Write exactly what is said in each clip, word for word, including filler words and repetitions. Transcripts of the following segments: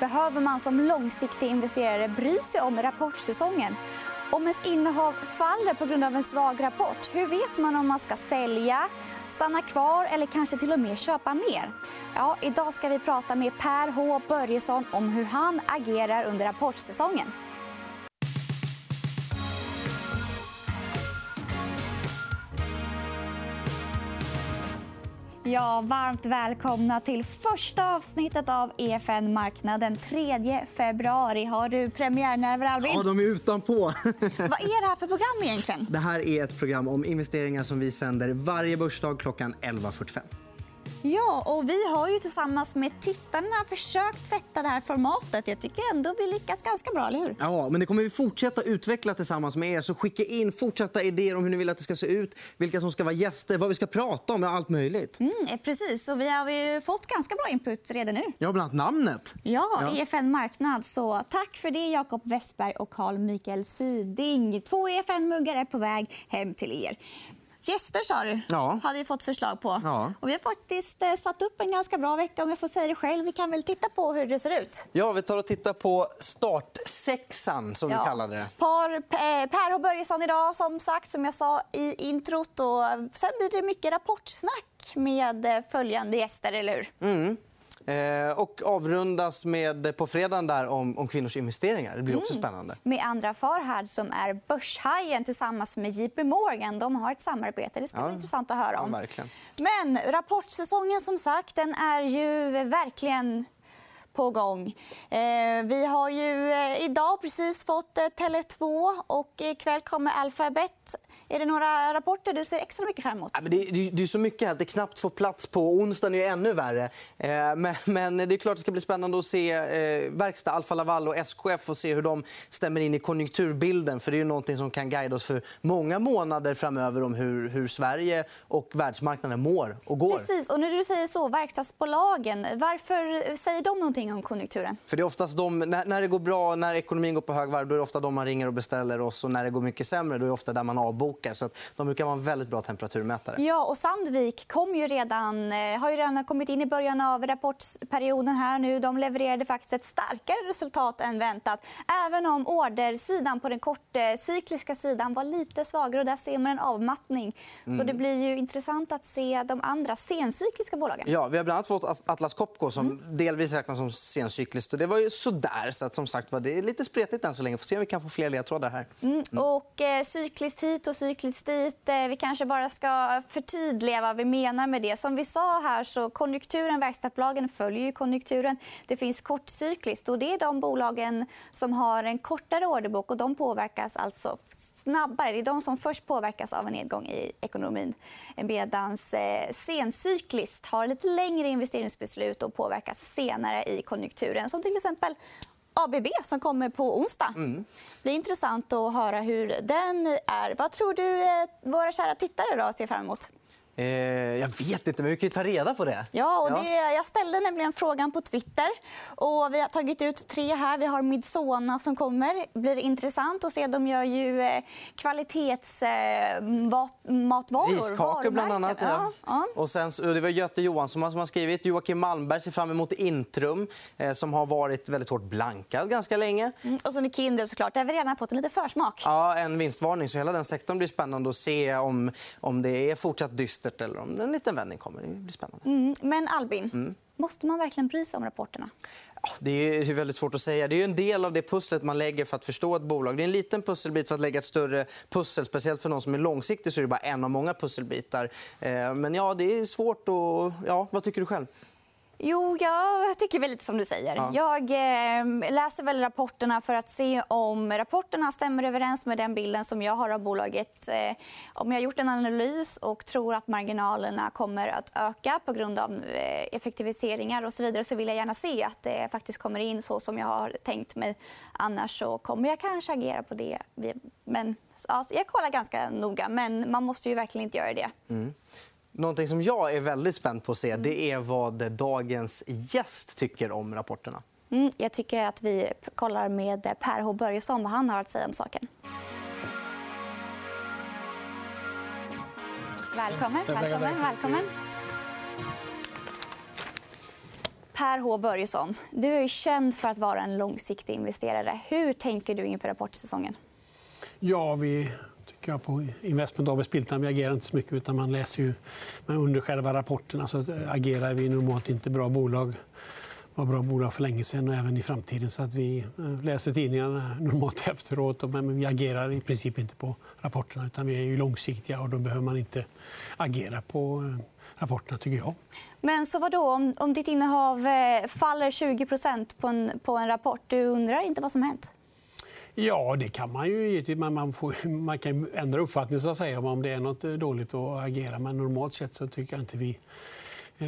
behöver man som långsiktig investerare bry sig om rapportsäsongen? Om ens innehav faller på grund av en svag rapport, hur vet man om man ska sälja, stanna kvar eller kanske till och med köpa mer? Ja, idag ska vi prata med Per H. Börjesson om hur han agerar under rapportsäsongen. Ja, varmt välkomna till första avsnittet av E F N-marknaden den tredje februari. Har du premiärnerver, Albin? Ja, de är utanpå. Vad är det här för program egentligen? Det här är ett program om investeringar som vi sänder varje börsdag klockan elva fyrtiofem. Ja, och vi har ju tillsammans med tittarna försökt sätta det här formatet. Jag tycker ändå vi lyckas ganska bra, eller hur? Ja, men det kommer vi fortsätta utveckla tillsammans med er. Så skicka in fortsatta idéer om hur ni vill att det ska se ut, vilka som ska vara gäster, vad vi ska prata om och allt möjligt. Mm, precis, och vi har ju fått ganska bra input redan nu. Ja, bland annat namnet. Ja, ja. E F N-marknad. Så tack för det, Jakob Westberg och Carl Mikael Syding. Två E F N-muggar är på väg hem till er. Gäster, sa du, ja. hade vi fått förslag på. Ja. Och vi har faktiskt eh, satt upp en ganska bra vecka, om jag får säga det själv. Vi kan väl titta på hur det ser ut. Ja, vi tar och tittar på startsexan, som ja. vi kallar det. Par, eh, Per H. Börjesson idag, som sagt, som jag sa i introt. Och sen blir det mycket rapportsnack med följande gäster, eller hur? Mm. Eh, och avrundas med på fredagen där om, om kvinnors investeringar. Det blir också mm. spännande. Med Andra Farhad som är börshajen tillsammans med J P Morgan. De har ett samarbete. Det ska ja. bli intressant att höra om. Ja, verkligen. Men rapportsäsongen, som sagt, den är ju verkligen på gång. Eh, vi har ju eh, idag precis fått eh, Tele två och ikväll kommer Alphabet. Är det några rapporter du ser extra mycket fram emot? Ja, men det, det, det är så mycket här att det knappt får plats på. Onsdagen är ju ännu värre. Eh, men, men det är klart att det ska bli spännande att se eh, verkstad Alfa Laval och S K F och se hur de stämmer in i konjunkturbilden. För det är ju någonting som kan guida oss för många månader framöver om hur, hur Sverige och världsmarknaden mår och går. Precis, och när du säger så, verkstadsbolagen, varför säger de någonting om konjunkturen? För det är oftast de, när, när det går bra, när ekonomin går på högvarv, då är det ofta de man ringer och beställer oss. Och när det går mycket sämre, då är det ofta där man avbokar. Så att de brukar vara en väldigt bra temperaturmätare. Ja, och Sandvik kom ju redan, har ju redan kommit in i början av rapportperioden här nu. De levererade faktiskt ett starkare resultat än väntat. Även om ordersidan på den kortcykliska sidan var lite svagare, och där ser man en avmattning. Mm. Så det blir ju intressant att se de andra sencykliska bolagen. Ja, vi har bland annat fått Atlas Copco som mm. delvis räknas som sencykliskt. Och det var ju sådär, så att som sagt var det är lite spretigt än så länge. Får se om vi kan få fler ledtrådar här. Mm. Mm. Och eh, cykliskt hit och cykliskt dit. Eh, vi kanske bara ska förtydliga vad vi menar med det. Som vi sa här, så konjunkturen, verkstadsbolagen följer ju konjunkturen. Det finns kortcykliskt, och det är de bolagen som har en kortare orderbok, och de påverkas alltså snabbare. Det är de som först påverkas av en nedgång i ekonomin. Medan sencykliskt har lite längre investeringsbeslut och påverkas senare i konjunkturen. Som till exempel A B B som kommer på onsdag. Mm. Det är intressant att höra hur den är. Vad tror du våra kära tittare då ser fram emot? Eh, jag vet inte, men vi kan ju ta reda på det. Ja, och det, jag ställde nämligen frågan på Twitter. Och vi har tagit ut tre här. Vi har Midsona som kommer. Det blir intressant att se. De gör ju kvalitetsmatvaror. Riskakor bland annat. Ja. Ja. Och sen, det var Göte Johansson som har skrivit. Joakim Malmberg ser fram emot Intrum eh, som har varit väldigt hårt blankad ganska länge. Mm. Och så är Kindle såklart. Där har vi redan fått en lite försmak. Ja, en vinstvarning. Så hela den sektorn blir spännande att se om, om det är fortsatt dyst eller om en liten vändning kommer. Det blir spännande. Mm, men Albin, mm. måste man verkligen bry sig om rapporterna? Ja, det är väldigt svårt att säga. Det är en del av det pusslet man lägger för att förstå ett bolag. Det är en liten pusselbit för att lägga ett större pussel. Speciellt för någon som är långsiktig så är det bara en av många pusselbitar. Men ja, det är svårt att... Ja, vad tycker du själv? Jo, jag tycker väl lite som du säger. Ja. Jag eh, läser väl rapporterna för att se om rapporterna stämmer överens med den bilden som jag har av bolaget. Eh, om jag har gjort en analys och tror att marginalerna kommer att öka på grund av eh, effektiviseringar och så vidare, så vill jag gärna se att det faktiskt kommer in så som jag har tänkt mig. Annars så kommer jag kanske agera på det. Men, alltså, jag kollar ganska noga, men man måste ju verkligen inte göra det. Mm. Någonting som jag är väldigt spänd på att se, det är vad dagens gäst tycker om rapporterna. Mm, jag tycker att vi kollar med Per H. Börjesson vad han har att säga om saken. Välkommen, välkommen, välkommen. Per H Börjesson, du är ju känd för att vara en långsiktig investerare. Hur tänker du inför rapportsäsongen? Ja, vi tycker jag på Investment A B Spiltan, vi agerar inte så mycket utan man läser ju men under själva rapporterna så agerar vi normalt inte bra bolag. Var bra bolag för länge sedan och även i framtiden så att vi läser tidningarna normalt efteråt men vi agerar i princip inte på rapporterna utan vi är ju långsiktiga och då behöver man inte agera på rapporterna tycker jag. Men så vad då om, om ditt innehav faller tjugo procent på en, på en rapport, du undrar inte vad som hänt? Ja, det kan man ju. Man, man, får, man kan ändra uppfattning så att säga om det är något dåligt att agera men normalt sett så tycker jag inte vi eh,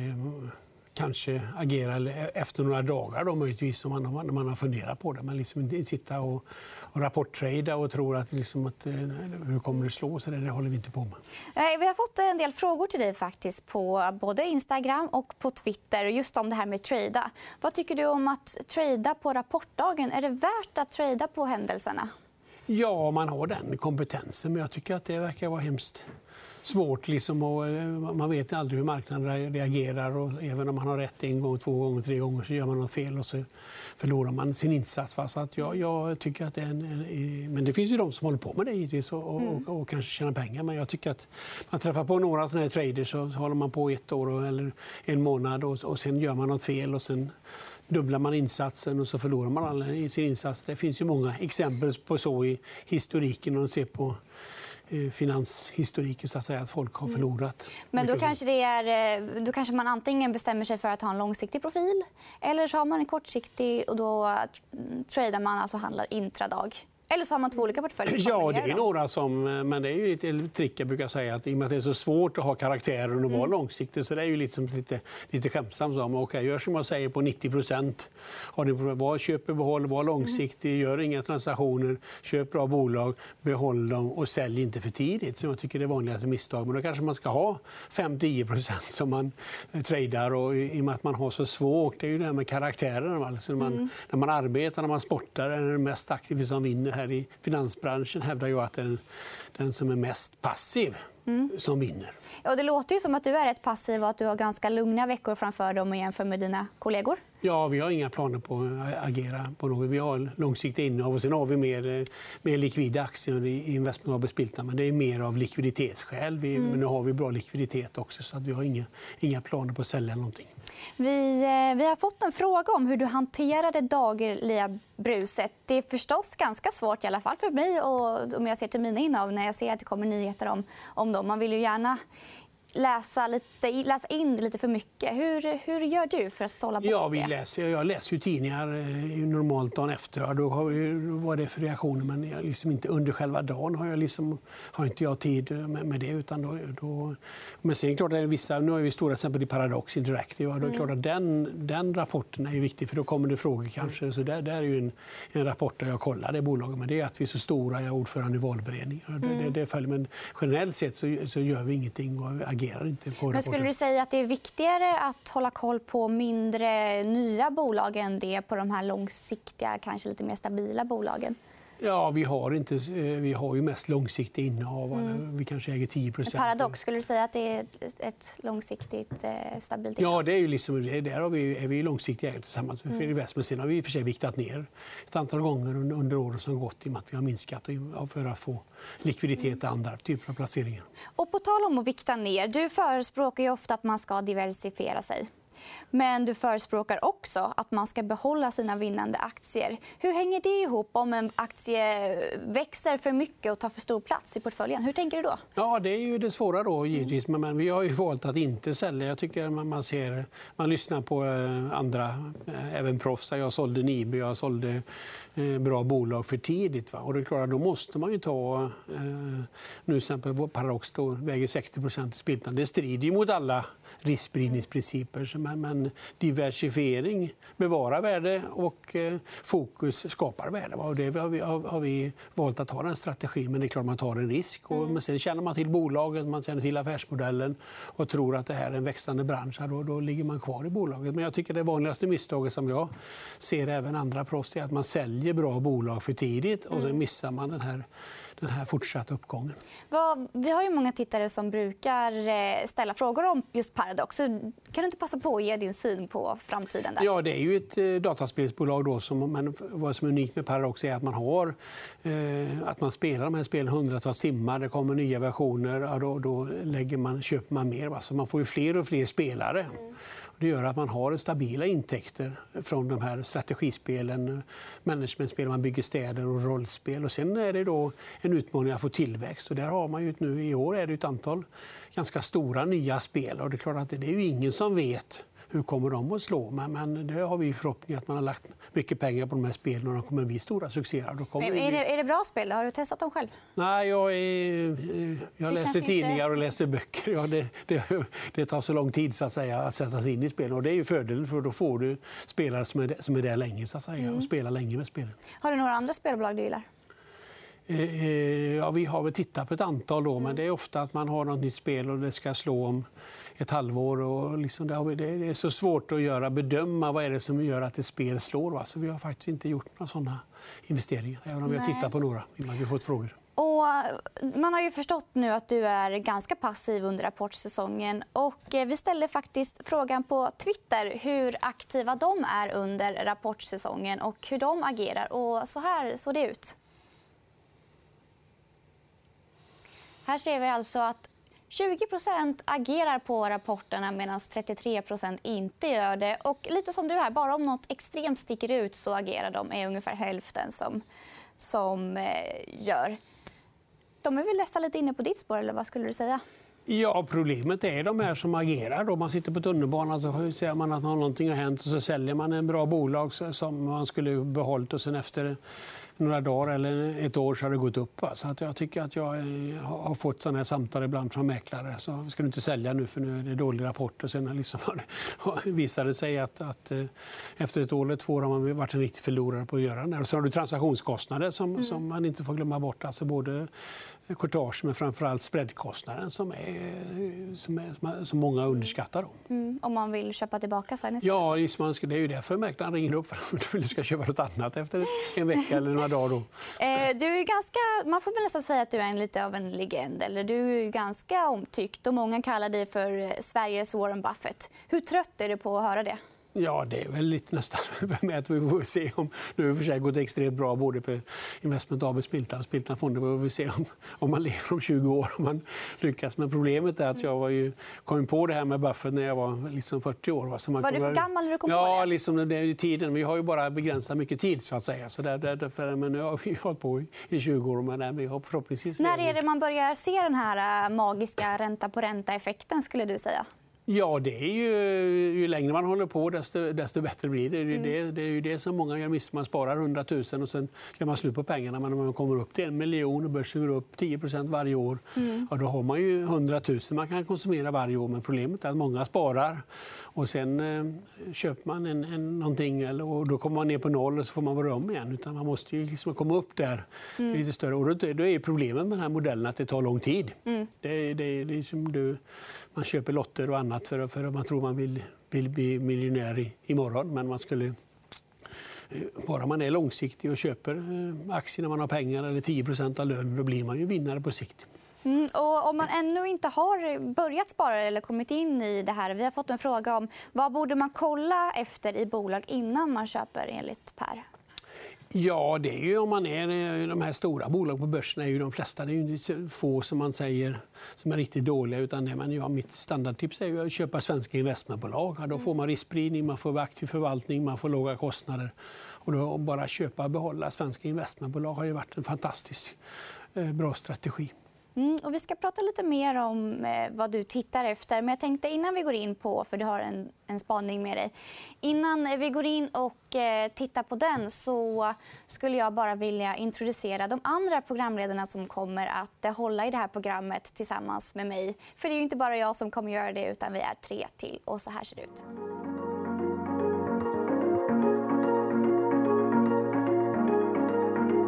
kanske agera efter några dagar då, möjligtvis om man, när man har funderat på det. Men liksom inte sitta och, och rapporttrada och tror att, liksom att hur kommer det slå så det, det håller vi inte på med. Vi har fått en del frågor till dig faktiskt på både Instagram och på Twitter just om det här med trada. Vad tycker du om att trada på rapportdagen? Är det värt att trada på händelserna? Ja, man har den kompetensen men jag tycker att det verkar vara hemskt svårt liksom och man vet aldrig hur marknaden reagerar och även om man har rätt en gång, två gånger, tre gånger så gör man något fel och så förlorar man sin insats. Så att jag, jag tycker att det är en, en, men det finns ju de som håller på med det givetvis och, och, mm. och, och kanske tjänar pengar men jag tycker att man träffar på några sådana här traders så håller man på ett år eller en månad och, och sen gör man något fel och sen dubblar man insatsen och så förlorar man alla sin insats. Det finns ju många exempel på så i historiken och de ser på finanshistoriken så att säga att folk har förlorat. Men då kanske, det är, då kanske man antingen bestämmer sig för att ha en långsiktig profil eller så har man en kortsiktig och då tradar man alltså handlar intradag. Eller så har man två olika portföljer. Ja, det är några som, men det är ju lite trick jag brukar säga att i och med att det är så svårt att ha karaktären och vara mm. långsiktig så det är ju liksom lite lite skämtsamt så okej, gör som jag säger på nittio procent. Har du var köp och behåll, var långsiktig, mm. gör inga transaktioner, köp bra bolag, behåll dem och sälj inte för tidigt som jag tycker det är vanligaste misstag. Men då kanske man ska ha fem till tio procent som man tradar och i och med att man har så svårt, det är ju det här med karaktären alltså när man mm. när man arbetar, när man sportar är det mest aktiva som vinner här i finansbranschen hävdar ju att den, den som är mest passiv mm. som vinner. Ja, det låter ju som att du är rätt passiv och att du har ganska lugna veckor framför dem och jämför med dina kollegor. Ja, vi har inga planer på att agera på något. Vi har långsiktiga innehav och sen har vi mer, mer likvida aktier i Investment A B Spiltan. Men det är mer av likviditetsskäl. Vi, mm. Men nu har vi bra likviditet också så att vi har inga, inga planer på att sälja någonting. Vi, vi har fått en fråga om hur du hanterar det dagliga bruset. Det är förstås ganska svårt i alla fall för mig och om jag ser till mina innehav när jag ser att det kommer nyheter om, om dem. Man vill ju gärna läsa, lite, läsa in lite för mycket. Hur, hur gör du för att sålla bort ja, vi det? Läser, jag läser ju tidningar normalt dagen efter. Ja, då har vi, vad det är för reaktioner. Men jag liksom inte under själva dagen har, jag liksom, har inte jag tid med, med det. Utan då, då, men sen är det klart att vissa, nu har vi stora exempel i Paradox Interactive. Och då är det klart att den, den rapporten är viktig för då kommer det frågor kanske. Så där, där är ju en, en rapport där jag kollar det bolaget. Men det är att vi är så stora, jag är ordförande i valberedning. Mm. Det, det, det följer, men generellt sett så, så gör vi ingenting och agerar. Inte på men skulle du säga att det är viktigare att hålla koll på mindre nya bolag än det på de här långsiktiga, kanske lite mer stabila bolagen? Ja, vi har, inte, vi har ju mest långsiktiga innehav. Mm. Vi kanske äger tio procent. Paradox, skulle du säga att det är ett långsiktigt eh, stabilt innehav? Ja, det är ju liksom, där har vi, är vi långsiktiga ägare tillsammans med mm. Men sen har vi i och för sig viktat ner ett antal gånger under, under åren som gått i och med att vi har minskat för att få likviditet och andra typer av placeringar. Och på tal om att vikta ner, du förespråkar ju ofta att man ska diversifiera sig. Men du förespråkar också att man ska behålla sina vinnande aktier. Hur hänger det ihop om en aktie växer för mycket och tar för stor plats i portföljen? Hur tänker du då? Ja, det är ju det svåra då givetvis. Mm. Men vi har ju valt att inte sälja. Jag tycker man, man ser, man lyssnar på andra, även proffs. Jag sålde Nibe, jag sålde bra bolag för tidigt. Va? Och det är klart, då måste man ju ta, eh, nu till exempel Paradox då, väger sextio procent i Spiltan. Det strider ju mot alla riskspridningsprinciper. Men, men diversifiering bevarar värde och eh, fokus skapar värde. Och det har vi, har, har vi valt att ha den strategin. Men det är klart man tar en risk. Och, men sen känner man till bolaget, man känner till affärsmodellen och tror att det här är en växande bransch. Då, då ligger man kvar i bolaget. Men jag tycker det vanligaste misstaget som som jag ser även andra proffs är att man säljer bra bolag för tidigt och så missar man den här, den här fortsatta uppgången. Vi har ju många tittare som brukar ställa frågor om just Paradox. Kan du inte passa på att ge din syn på framtiden där? Ja, det är ju ett dataspelsbolag då som, men vad som är unikt med Paradox är att man har eh, att man spelar de här spelen hundratals timmar, det kommer nya versioner, ja, då, då lägger man, köper man mer. Va? Så man får ju fler och fler spelare. Mm. Det gör att man har stabila intäkter från de här strategispelen, managementspel, man bygger städer och rollspel. Och sen är det då en utmaning att få tillväxt. Och där har man ju nu, i år är det ett antal ganska stora nya spel. Och det är klart att det är ju ingen som vet hur kommer de att slå. Men, men det har vi förhoppning att man har lagt mycket pengar på de här spelen och de kommer bli stora succéer. Då kommer men, är, det, är det bra spel? Har du testat dem själv? Nej, jag, är, jag läser tidningar inte... och läser böcker. Ja, det, det, det tar så lång tid så att, säga, att sätta sig in i spelen. Och det är ju fördelen, för då får du spelare som är, som är där länge så att säga, mm. och spelar länge med spelen. Har du några andra spelbolag du gillar? Ja, vi har väl tittat på ett antal då, men det är ofta att man har något nytt spel och det ska slå om ett halvår. Och liksom det, har vi, det är så svårt att göra, bedöma vad är det som gör att ett spel slår. Va? Så vi har faktiskt inte gjort några sådana investeringar, även om vi har tittat på några innan vi fått frågor. Och man har ju förstått nu att du är ganska passiv under rapportsäsongen. Och vi ställde faktiskt frågan på Twitter hur aktiva de är under rapportsäsongen och hur de agerar. Och så här såg det ut. Här ser vi alltså att tjugo procent agerar på rapporterna medan trettiotre procent inte gör det. Och lite som du här, bara om något extremt sticker ut så agerar de. Är ungefär hälften som, som eh, gör. De är väl nästan lite inne på ditt spår, eller vad skulle du säga? Ja, problemet är de här som agerar. Då man sitter på tunnelbanan så ser man att någonting har hänt och så säljer man en bra bolag som man skulle behållit och sen efter några dagar eller ett år så har det gått upp. Va? Så att jag tycker att jag har fått sådana här samtal ibland från mäklare. Så ska du inte sälja nu för nu är det dålig rapport. Och sen liksom visade det sig att, att efter ett år eller två har man varit en riktig förlorare på att göra det. Och så har du transaktionskostnader som, mm. som man inte får glömma bort. Alltså både courtage men framförallt spreadkostnaden som, är, som, är, som många underskattar. Mm. Om man vill köpa tillbaka sen istället? Ja, det är ju därför mäklaren ringer upp för att du ska köpa något annat efter en vecka eller några dagar. Då. Eh, du är ganska, man får väl nästan säga att du är en, lite av en legend. Eller du är ganska omtyckt och många kallar dig för Sveriges Warren Buffett. Hur trött är du på att höra det? Ja, det är väl lite nästan med att vi får se om nu har för sig gått extremt bra både för Investment A B Spiltan och Spiltan Fonder. Vi får se om, om man lever om tjugo år om man lyckas. Men problemet är att jag var ju, kom på det här med Buffett när jag var liksom fyrtio år. Så man var du för gammal när du kom ja, på det? Ja, liksom det är tiden. Vi har ju bara begränsat mycket tid så att säga. Så där, därför, men nu har vi hållit på i, i tjugo år. Men vi har förhoppningsvis... När är det man börjar se den här magiska ränta på ränta-effekten skulle du säga? Ja, det är ju, ju längre man håller på desto, desto bättre blir det. Det är, ju det. Det är ju det som många gör miss. Man sparar hundratusen och sen gör man slut på pengarna. Men när man kommer upp till en miljon och börsen går upp tio procent varje år, mm. ja, då har man ju hundratusen man kan konsumera varje år. Men problemet är att många sparar och sen eh, köper man en, en, någonting eller, och då kommer man ner på noll och så får man vara om igen. Utan man måste ju liksom komma upp där mm. lite större. Och då, då är problemet med den här modellen att det tar lång tid. Mm. Det, det, det är som du, man köper lotter och annat för, för att man tror man vill, vill bli miljonär i, imorgon. Men man skulle, bara man är långsiktig och köper aktier när man har pengar eller tio procent av lönen, då blir man ju vinnare på sikt. Mm, och om man ännu inte har börjat spara eller kommit in i det här, vi har fått en fråga om vad borde man kolla efter i bolag innan man köper enligt Per? Ja, det är ju om man är de här stora bolag på börsen är ju de flesta, det är ju inte få som man säger som är riktigt dåliga utan det, men ja, mitt standardtips är ju att köpa svenska investmentbolag. Ja, då får man riskspridning, man får aktiv förvaltning, man får låga kostnader och då bara köpa och behålla svenska investmentbolag har ju varit en fantastisk eh, bra strategi. Mm, och vi ska prata lite mer om eh, vad du tittar efter. Men jag tänkte innan vi går in på, för du har en, en spaning med dig. Innan vi går in och eh, tittar på den så skulle jag bara vilja introducera de andra programledarna som kommer att eh, hålla i det här programmet tillsammans med mig. För det är ju inte bara jag som kommer göra det utan vi är tre till och så här ser det ut.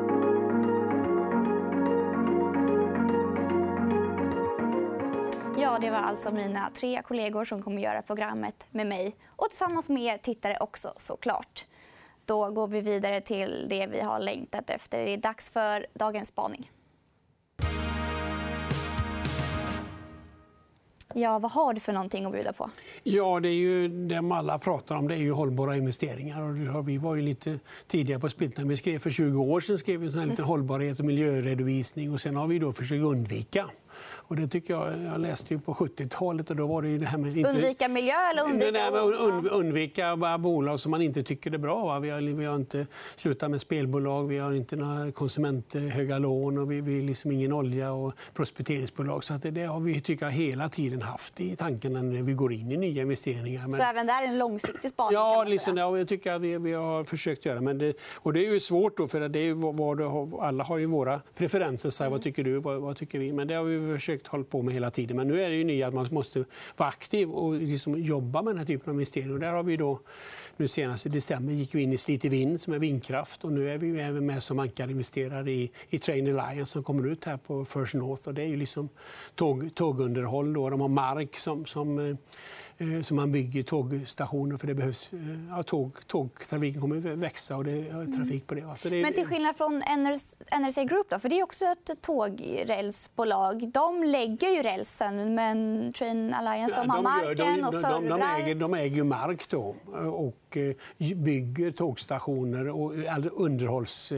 Ja, Ja, det var alltså mina tre kollegor som kommer göra programmet med mig. Och tillsammans med er tittare också, såklart. Då går vi vidare till det vi har längtat efter. Det är dags för dagens spaning. Ja, vad har du för någonting att bjuda på? Ja, det är ju det alla pratar om, det är ju hållbara investeringar. Och vi var ju lite tidigare på Splitna. Vi skrev för tjugo år sedan skrev vi en sån här liten hållbarhets- och miljöredovisning och sen har vi då försökt undvika. Och det tycker jag, jag läste ju på sjuttiotalet och då var det ju det här med... Inte... Undvika miljö eller undvika... Nej, men und, undvika bolag som man inte tycker är bra. Va? Vi, har, vi har inte slutat med spelbolag, vi har inte några konsumenthöga lån och vi, vi liksom ingen olja och prospekteringsbolag. Så att det, det har vi tycker jag hela tiden haft i tanken när vi går in i nya investeringar. Men... Så även där är en långsiktig spaning? Ja, liksom, ja, jag tycker att vi, vi har försökt göra. Men det, och det är ju svårt då, för det är vad, vad, alla har ju våra preferenser. Så här, vad tycker du, vad, vad tycker vi? Men det har vi försökt hålla på med hela tiden. Men nu är det ju nya att man måste vara aktiv och liksom jobba med den här typen av investeringar. Och där har vi då, nu senast i december gick vi in i Slite Vind som är vindkraft. Och nu är vi även med som ankarinvesterare i, i Train Alliance som kommer ut här på First North. Och det är ju liksom tåg, tågunderhåll. Då. De har mark som, som, eh, som man bygger tågstationer för det behövs. Eh, ja, tåg, tågtrafiken kommer växa och det är trafik på det. Alltså det är, men till skillnad från N R C Group då, för det är också ett tågrälsbolag. De lägger ju rälsen, men Train Alliance de har marken de, de, och servrar. De, de, äger, de äger mark då och bygger tågstationer och alltså underhålls...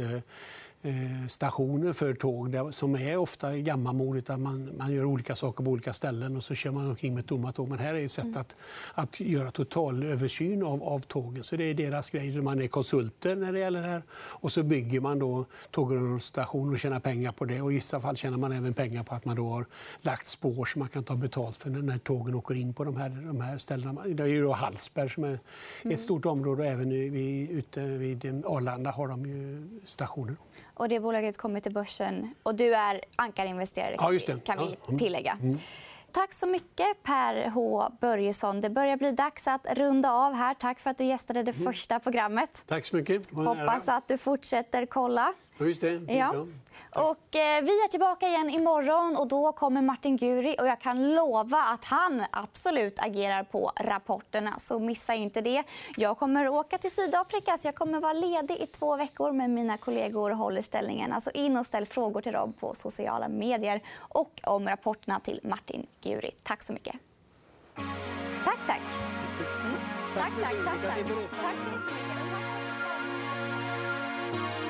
stationer för tåg som är ofta gammalmodigt att man, man gör olika saker på olika ställen och så kör man omkring med tomma tåg. Men här är ett sätt att, att göra total översyn av, av tågen. Så det är deras grej. Man är konsulter när det gäller det här. Och så bygger man då tågunderhållsstationer och tjänar pengar på det. Och i vissa fall tjänar man även pengar på att man då har lagt spår som man kan ta betalt för när, när tågen åker in på de här, de här ställena. Det är ju då Hallsberg som är ett stort område och även vid, ute vid Arlanda har de ju stationer. Och det bolaget kommer till börsen och du är ankarinvesterare kan, ja, just det. kan vi ja. tillägga. Mm. Tack så mycket Per H Börjesson. Det börjar bli dags att runda av här. Tack för att du gästade det mm. första programmet. Tack så mycket. Hoppas att du fortsätter kolla. Just det. Ja. Och, eh, vi är tillbaka igen imorgon och då kommer Martin Guri och jag kan lova att han absolut agerar på rapporterna, så missa inte det. Jag kommer åka till Sydafrika så jag kommer vara ledig i två veckor med mina kollegor och håller ställningen. Alltså in och ställ frågor till dem på sociala medier och om rapporterna till Martin Guri. Tack så mycket. Tack, tack. Mm. Tack, tack, tack, tack. Tack så mycket.